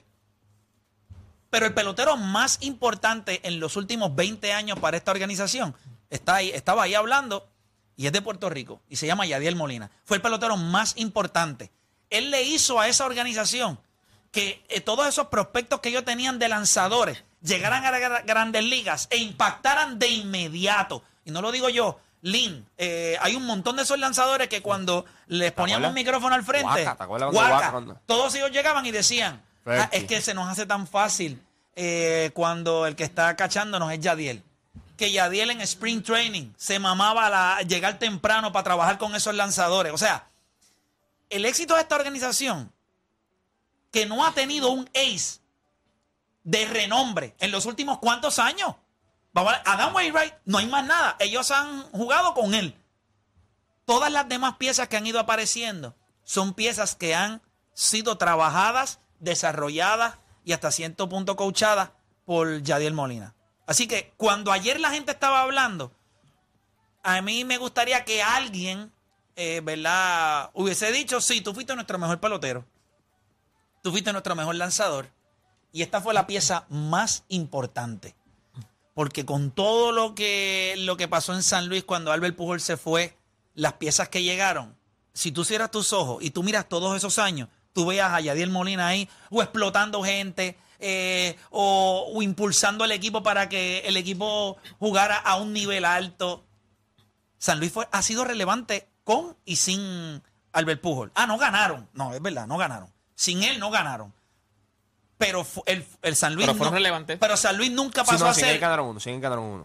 Pero el pelotero más importante en los últimos veinte años para esta organización está ahí, estaba ahí hablando y es de Puerto Rico y se llama Yadier Molina. Fue el pelotero más importante. Él le hizo a esa organización que eh, todos esos prospectos que ellos tenían de lanzadores llegaran a las grandes ligas e impactaran de inmediato. Y no lo digo yo, Lin, eh, hay un montón de esos lanzadores que cuando les poníamos un acuerdas? micrófono al frente, Guaca, ¿te acuerdas cuando Guaca, Guaca cuando- todos ellos llegaban y decían, ah, es que se nos hace tan fácil eh, cuando el que está cachándonos es Yadier. Que Yadier en Spring Training se mamaba la, llegar temprano para trabajar con esos lanzadores. O sea, el éxito de esta organización, que no ha tenido un ace de renombre en los últimos cuantos años. Vamos a ver, Adam Wainwright, no hay más nada. Ellos han jugado con él. todas las demás piezas que han ido apareciendo son piezas que han sido trabajadas, desarrolladas y hasta cierto punto coachadas por Yadier Molina. Así que cuando ayer la gente estaba hablando, a mí me gustaría que alguien, eh, ¿verdad?, hubiese dicho, sí, tú fuiste nuestro mejor pelotero, tú fuiste nuestro mejor lanzador, y esta fue la pieza más importante. Porque con todo lo que, lo que pasó en San Luis cuando Albert Pujols se fue, las piezas que llegaron, si tú cierras tus ojos y tú miras todos esos años, tú veas a Yadier Molina ahí o explotando gente eh, o, o impulsando el equipo para que el equipo jugara a un nivel alto. San Luis fue, ha sido relevante con y sin Albert Pujols. Ah, no ganaron. No, es verdad, no ganaron. Sin él no ganaron. Pero el, el San Luis pero fueron no, relevantes. Pero San Luis nunca pasó sí, no, a sin ser. él ganaron uno, sin él ganaron uno.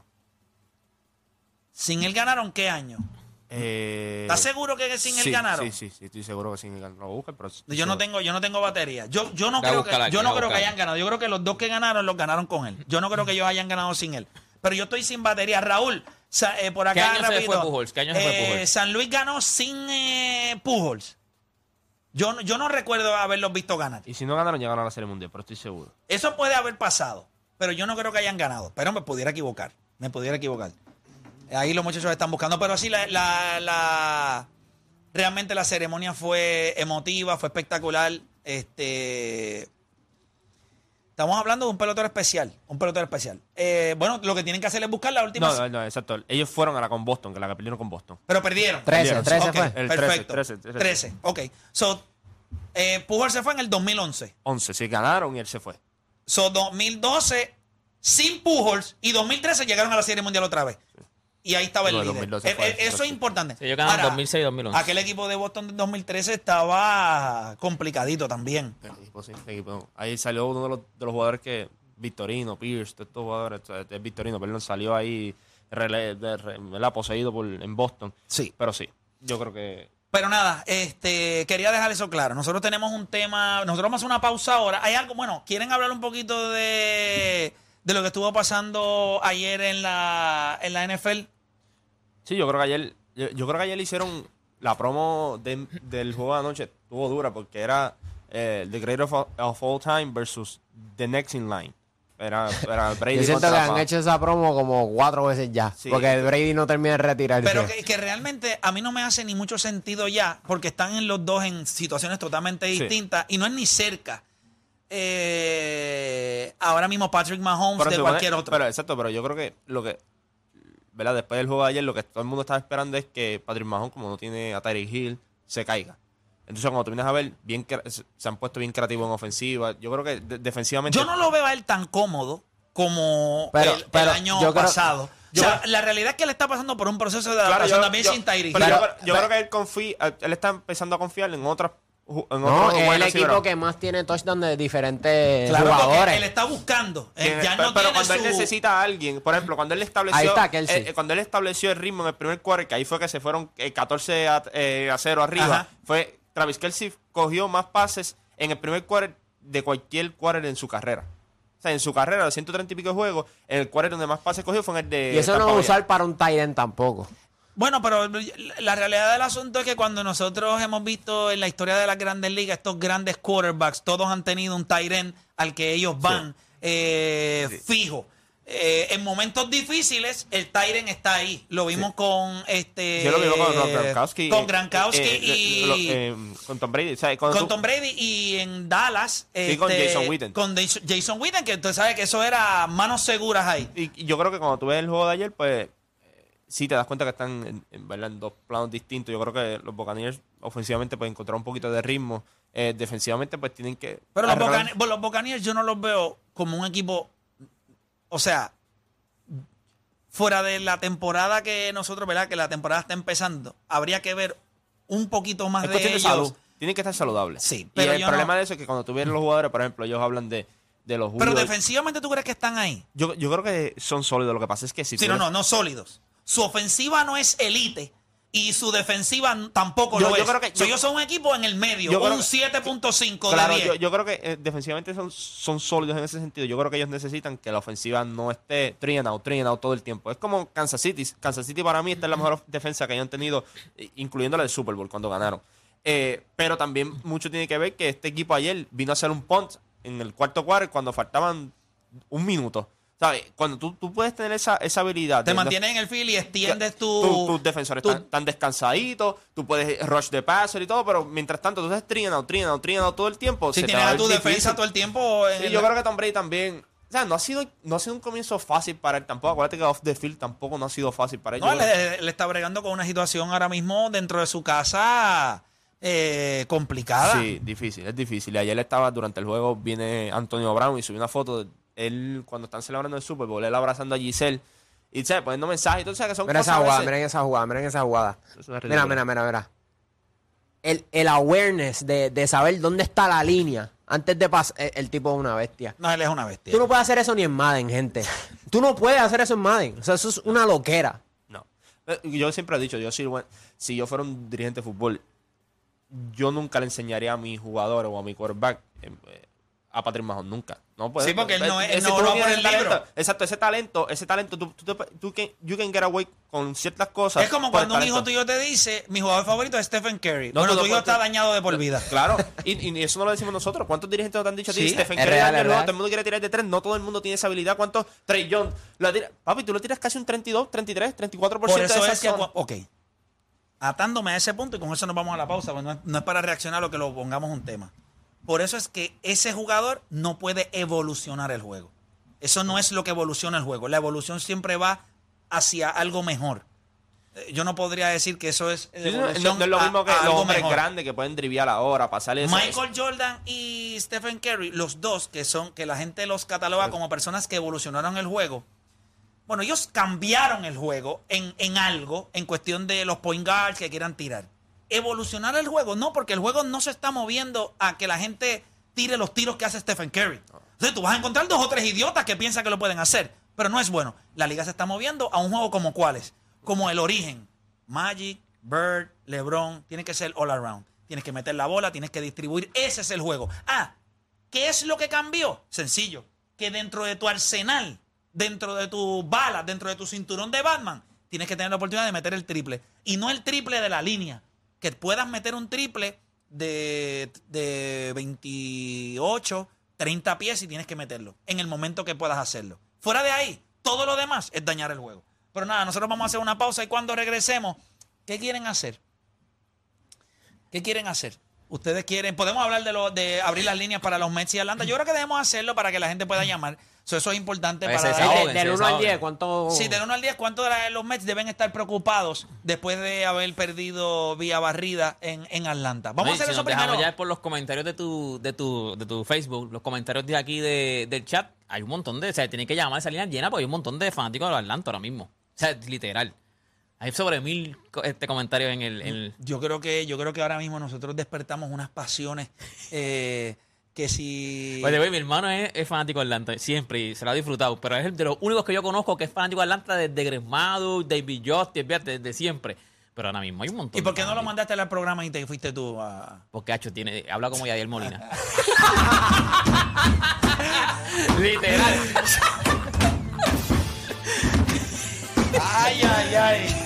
¿Sin él ganaron qué año? Eh, ¿Estás seguro que sin sí, él ganaron? Sí, sí, sí, estoy seguro que sin él ganaron. Lo busca, pero Yo no tengo, yo no tengo batería. Yo, yo no Voy a creo que, buscarla aquí, yo no voy a creo que buscarla. hayan ganado. Yo creo que los dos que ganaron los ganaron con él. Yo no creo que ellos hayan ganado sin él. Pero yo estoy sin batería. Raúl, sa- eh, por acá ¿Qué año se rápido. fue Pujols? ¿Qué año se fue Eh, Pujols? San Luis ganó sin eh, Pujols. Yo, no- yo no recuerdo haberlos visto ganar. Y si no ganaron, llegaron a la Serie Mundial, pero estoy seguro. Eso puede haber pasado, pero yo no creo que hayan ganado. Pero me pudiera equivocar. Me pudiera equivocar. Ahí los muchachos están buscando. Pero sí, la, la, la- realmente la ceremonia fue emotiva, fue espectacular. Este, estamos hablando de un pelotero especial. Un pelotero especial. Eh, bueno, lo que tienen que hacer es buscar la última. No, no, no, exacto. Ellos fueron a la con Boston, que la que perdieron con Boston. Pero perdieron. trece, trece Ok, fue. El perfecto. trece, trece, trece. Ok. So, eh, Pujols se fue en el dos mil once. once, sí, ganaron y él se fue. So, dos mil doce sin Pujols y dos mil trece llegaron a la Serie Mundial otra vez. Y ahí estaba el No, líder. dos mil doce Eh, fue, eh, eso sí. es importante. Sí, ellos ganaron Ahora, dos mil seis y dos mil once. aquel equipo de Boston del dos mil trece estaba complicadito también. El equipo, sí, el equipo. Ahí salió uno de los, de los jugadores que, Victorino, Pierce, todos estos jugadores, o sea, es Victorino, perdón, salió ahí rele, de, re- ¿verdad? poseído por, en Boston. Sí. Pero sí, yo creo que... Pero nada, este, quería dejar eso claro. Nosotros tenemos un tema, nosotros vamos a hacer una pausa ahora. Hay algo, bueno, ¿quieren hablar un poquito de, de lo que estuvo pasando ayer en la, en la N F L? Sí, yo creo que ayer, yo, yo creo que ayer hicieron la promo de- del juego de anoche, estuvo dura porque era eh, The Greatest of, of All Time versus The Next in Line. Era, era Brady Yo siento que contra han Pa- hecho esa promo como cuatro veces ya. Sí. Porque Brady no termina de retirarse. Pero que, que realmente a mí no me hace ni mucho sentido ya, porque están en los dos en situaciones totalmente Sí. distintas y no es ni cerca. Eh, ahora mismo Patrick Mahomes Pero de se cualquier supone- otro. Pero exacto, pero yo creo que lo que, ¿verdad? Después del juego de ayer, lo que todo el mundo estaba esperando es que Patrick Mahomes, como no tiene a Tyreek Hill, se caiga. Entonces, cuando tú vienes a ver, bien cre- se han puesto bien creativos en ofensiva. Yo creo que de- defensivamente... Yo no lo veo a él tan cómodo como Pero- el, el pero año yo creo- pasado. yo- o sea, la realidad es que él está pasando por un proceso de Claro, adaptación yo- también yo- sin Tyreek pero Hill. yo, Pero- creo- yo creo que él confía, él está empezando a confiar en otras ju- en No, otros es wide el receivers. equipo que más tiene touchdown de diferentes Claro, porque jugadores. él está buscando. Eh, Tiene- ya pero no pero tiene cuando él su- necesita a alguien, por ejemplo, cuando él estableció Ahí está, Kelsey. eh, eh, cuando él estableció el ritmo en el primer quarter, que ahí fue que se fueron eh, catorce a, eh, a cero arriba, Ajá. fue Travis Kelce cogió más pases en el primer quarter de cualquier quarter en su carrera. O sea, en su carrera de ciento treinta y pico de juegos, en el quarter donde más pases cogió fue en el de Y eso no Tampa va a Bay. usar para un tight end tampoco. Bueno, pero la realidad del asunto es que cuando nosotros hemos visto en la historia de las grandes ligas, estos grandes quarterbacks, todos han tenido un tight end al que ellos van eh, Sí. fijo. Eh, en momentos difíciles, el tight end está ahí. Lo vimos con este Yo lo vi con Rob Gronkowski. con eh, Gronkowski eh, y lo- eh, con Tom Brady. O sea, cuando con tú- Tom Brady y en Dallas Sí, con este, Jason Witten. con Jason Jason Witten, que tú sabes que eso era manos seguras ahí. Y, y yo creo que cuando tú ves el juego de ayer, pues eh, sí te das cuenta que están en, en, ¿verdad? en dos planos distintos. Yo creo que los Buccaneers ofensivamente pueden encontrar un poquito de ritmo. Eh, defensivamente, pues tienen que. Pero los, arreglar- Bucane- los Buccaneers yo no los veo como un equipo, o sea, fuera de la temporada que nosotros, ¿verdad? Que la temporada está empezando, habría que ver un poquito más Es de cuestión de ellos. salud. Tienen que estar saludables. Sí, y pero el yo problema no- de eso es que cuando tú ves los jugadores, por ejemplo, ellos hablan de, de los Pero Julio- defensivamente, ¿tú crees que están ahí? Yo, yo creo que son sólidos. Lo que pasa es que si Sí, tú no, eres- no, no sólidos. Su ofensiva no es elite y su defensiva tampoco Yo- lo yo es. creo que- So, yo- ellos son un equipo en el medio, yo creo un que- siete punto cinco Claro, de diez. yo, yo creo que eh, defensivamente son, son sólidos en ese sentido. Yo creo que ellos necesitan que la ofensiva no esté three and out, three and out todo el tiempo. Es como Kansas City. Kansas City para mí esta es la mejor defensa que hayan tenido, eh, incluyendo la del Super Bowl cuando ganaron. Eh, pero también mucho tiene que ver que este equipo ayer vino a hacer un punt en el cuarto cuarto cuando faltaban un minuto. ¿Sabes? Cuando tú, tú puedes tener esa, esa habilidad. Te de- mantienes en el field y extiendes tu... tu- tus defensores tu- están, están descansaditos, tú puedes rush de passer y todo, pero mientras tanto tú estás three and out, three and out, three and out todo el tiempo. Si se te tienes va a ver tu difícil. defensa todo el tiempo... En Sí, el- yo creo que Tom Brady también. O sea, no ha sido, no ha sido un comienzo fácil para él tampoco. Acuérdate que off the field tampoco no ha sido fácil para él. No, Yo creo- le, le está bregando con una situación ahora mismo dentro de su casa eh, complicada. Sí, difícil, es difícil. Y ayer estaba, durante el juego, viene Antonio Brown y subió una foto de él cuando están celebrando el Super Bowl, él abrazando a Giselle y ¿sabes? Poniendo mensajes y todo, o sea, que son Mira cosas esa a jugada, veces- miren esa jugada, miren esa jugada. Eso es Mira, ridículo. mira, mira, mira. El, el awareness de, de saber dónde está la línea antes de pasar. El, el tipo es una bestia. No, él es una bestia. Tú no puedes hacer eso ni en Madden, gente. Tú no puedes hacer eso en Madden. O sea, eso es una loquera. No. Eh, Yo siempre he dicho, yo si, si yo fuera un dirigente de fútbol, yo nunca le enseñaría a mi jugador o a mi quarterback eh, a Patrick Mahomes, nunca. No puede, Sí, porque él no es- él ese- no tú va tienes por el talento. libro. Exacto, ese talento, ese talento, tú, tú, te- tú can, you can get away con ciertas cosas. Es como por el cuando un hijo talento. tuyo te dice, mi jugador favorito es Stephen Curry. No, bueno, tú no tu hijo puedes- está dañado de por vida. Claro, y, y eso no lo decimos nosotros. ¿Cuántos dirigentes te han dicho a ti? Sí, Stephen es Curry real, daña es el juego, real. todo el mundo quiere tirar de tres, no todo el mundo tiene esa habilidad. ¿Cuántos? Trey Young, la tira- papi, tú lo tiras casi un treinta y dos, treinta y tres, treinta y cuatro por Por ciento eso de es que, esas cua- ok, atándome a ese punto y con eso nos vamos a la pausa, porque no es, no es para reaccionar a lo que lo pongamos un tema. Por eso es que ese jugador no puede evolucionar el juego. Eso no es lo que evoluciona el juego. La evolución siempre va hacia algo mejor. Eh, Yo no podría decir que eso es Sí, no, evolución no es lo a- mismo que a los algo hombres mejor. grandes que pueden driviar ahora, pasarle eso. Michael Jordan y Stephen Curry, los dos que son que la gente los cataloga como personas que evolucionaron el juego. Bueno, ellos cambiaron el juego en, en algo, en cuestión de los point guards que quieran tirar. Evolucionar el juego, no, porque el juego no se está moviendo a que la gente tire los tiros que hace Stephen Curry. Entonces tú vas a encontrar dos o tres idiotas que piensan que lo pueden hacer, pero no es bueno. La liga se está moviendo a un juego como cuáles, como el origen. Magic, Bird, LeBron, tiene que ser all around. Tienes que meter la bola, tienes que distribuir. Ese es el juego. Ah, ¿qué es lo que cambió? Sencillo. Que dentro de tu arsenal, dentro de tu bala, dentro de tu cinturón de Batman, tienes que tener la oportunidad de meter el triple. Y no el triple de la línea. Que puedas meter un triple de, de veintiocho, treinta pies y tienes que meterlo en el momento que puedas hacerlo. Fuera de ahí, todo lo demás es dañar el juego. Pero nada, nosotros vamos a hacer una pausa y cuando regresemos, ¿qué quieren hacer? ¿Qué quieren hacer? Ustedes quieren, podemos hablar de, lo, de abrir las líneas para los Mets y Atlanta. Yo creo que debemos hacerlo para que la gente pueda llamar. So, eso es importante Pues para ese la- desahoguen, Del se uno al desahoguen. diez, ¿cuánto? Sí, del uno al diez, ¿cuántos de los Mets deben estar preocupados después de haber perdido vía barrida en, en Atlanta? Vamos No, a y hacer si eso nos dejamos primero. ya por los comentarios de tu, de tu, de tu Facebook, los comentarios de aquí de, del chat. Hay un montón de, o sea, tienen que llamar a esa línea llena porque hay un montón de fanáticos de los Atlanta ahora mismo. O sea, literal. Hay sobre mil co- este, comentarios en el, en el- Yo creo que, yo creo que ahora mismo nosotros despertamos unas pasiones eh, que si... Oye, güey, mi hermano es, es fanático de Atlanta, siempre, y se lo ha disfrutado. Pero es el de los únicos que yo conozco que es fanático de Atlanta desde Gresmado, David Justice, desde, desde siempre. Pero ahora mismo hay un montón. ¿Y por qué de no lo fanáticos. mandaste al programa y te fuiste tú a...? Porque, Hacho, tiene, habla como Yadier Molina. Literal. ¡Ay, ay, ay!